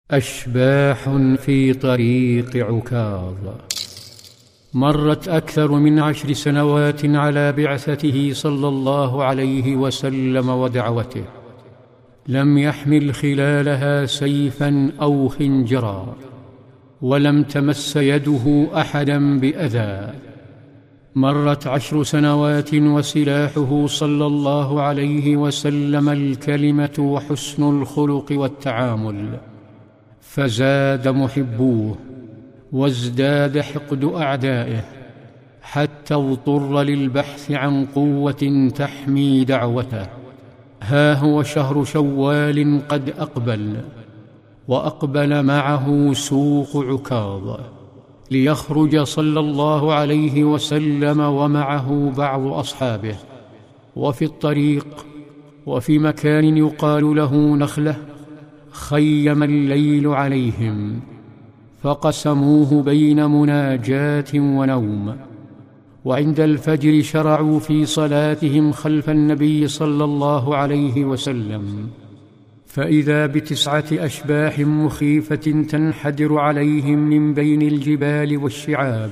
أشباح في طريق عكاظ. مرت أكثر من 10 سنوات على بعثته صلى الله عليه وسلم ودعوته، لم يحمل خلالها سيفا أو خنجرا، ولم تمس يده أحدا بأذى. مرت 10 سنوات وسلاحه صلى الله عليه وسلم الكلمة وحسن الخلق والتعامل، فزاد محبوه وازداد حقد أعدائه، حتى اضطر للبحث عن قوة تحمي دعوته. ها هو شهر شوال قد أقبل، وأقبل معه سوق عكاظ، ليخرج صلى الله عليه وسلم ومعه بعض أصحابه. وفي الطريق وفي مكان يقال له نخلة خيم الليل عليهم، فقسموه بين مناجاة ونوم، وعند الفجر شرعوا في صلاتهم خلف النبي صلى الله عليه وسلم، فإذا ب9 أشباح مخيفة تنحدر عليهم من بين الجبال والشعاب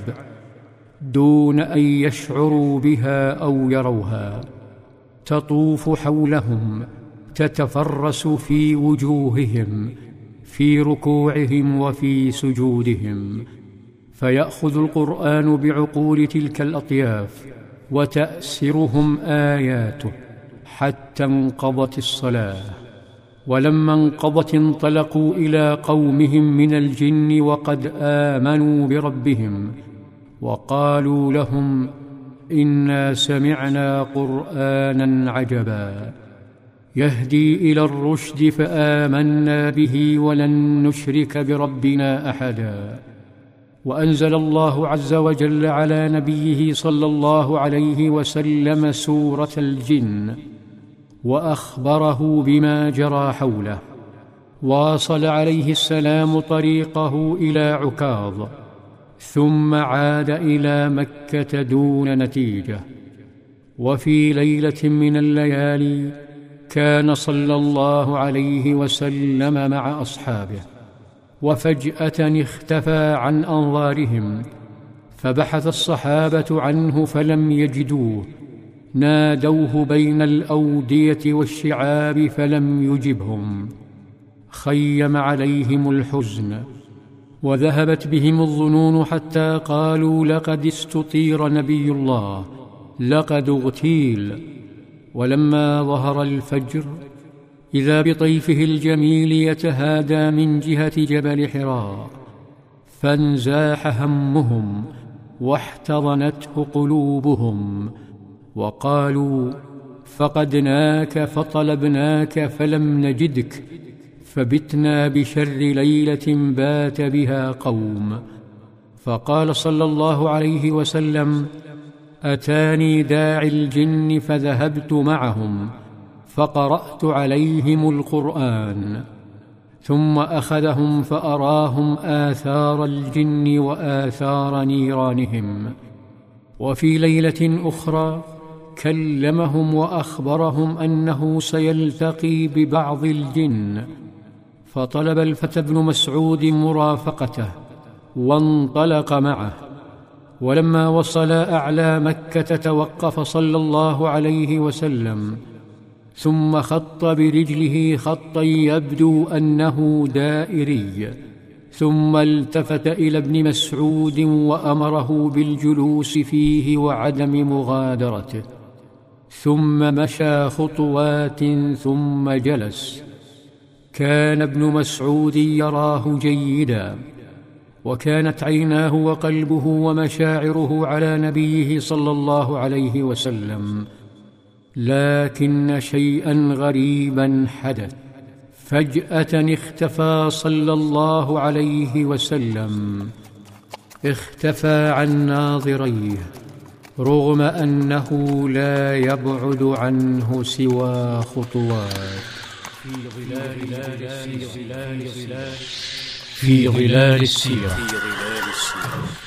دون أن يشعروا بها أو يروها، تطوف حولهم، تتفرس في وجوههم، في ركوعهم وفي سجودهم، فيأخذ القرآن بعقول تلك الأطياف وتأسرهم آياته حتى انقضت الصلاة. ولما انقضت انطلقوا إلى قومهم من الجن وقد آمنوا بربهم، وقالوا لهم: إنا سمعنا قرآنا عجبا يهدي إلى الرشد فآمنا به ولن نشرك بربنا أحدا. وأنزل الله عز وجل على نبيه صلى الله عليه وسلم سورة الجن، وأخبره بما جرى حوله. واصل عليه السلام طريقه إلى عكاظ، ثم عاد إلى مكة دون نتيجة. وفي ليلة من الليالي كان صلى الله عليه وسلم مع أصحابه، وفجأة اختفى عن أنظارهم، فبحث الصحابة عنه فلم يجدوه، نادوه بين الأودية والشعاب فلم يجبهم. خيم عليهم الحزن، وذهبت بهم الظنون، حتى قالوا: لقد استطير نبي الله، لقد اغتيل. ولما ظهر الفجر إذا بطيفه الجميل يتهادى من جهة جبل حراء، فانزاح همهم واحتضنته قلوبهم، وقالوا: فقدناك فطلبناك فلم نجدك، فبتنا بشر ليلة بات بها قوم. فقال صلى الله عليه وسلم: أتاني داعي الجن فذهبت معهم فقرأت عليهم القرآن، ثم أخذهم فأراهم آثار الجن وآثار نيرانهم. وفي ليلة أخرى كلمهم وأخبرهم أنه سيلتقي ببعض الجن، فطلب الفتى ابن مسعود مرافقته وانطلق معه. ولما وصلا أعلى مكة توقف صلى الله عليه وسلم، ثم خط برجله خطا يبدو أنه دائري، ثم التفت إلى ابن مسعود وأمره بالجلوس فيه وعدم مغادرته، ثم مشى خطوات ثم جلس. كان ابن مسعود يراه جيدا، وكانت عيناه وقلبه ومشاعره على نبيه صلى الله عليه وسلم، لكن شيئا غريبا حدث. فجأة اختفى صلى الله عليه وسلم، اختفى عن ناظريه، رغم أنه لا يبعد عنه سوى خطوات. في ظلال السيرة.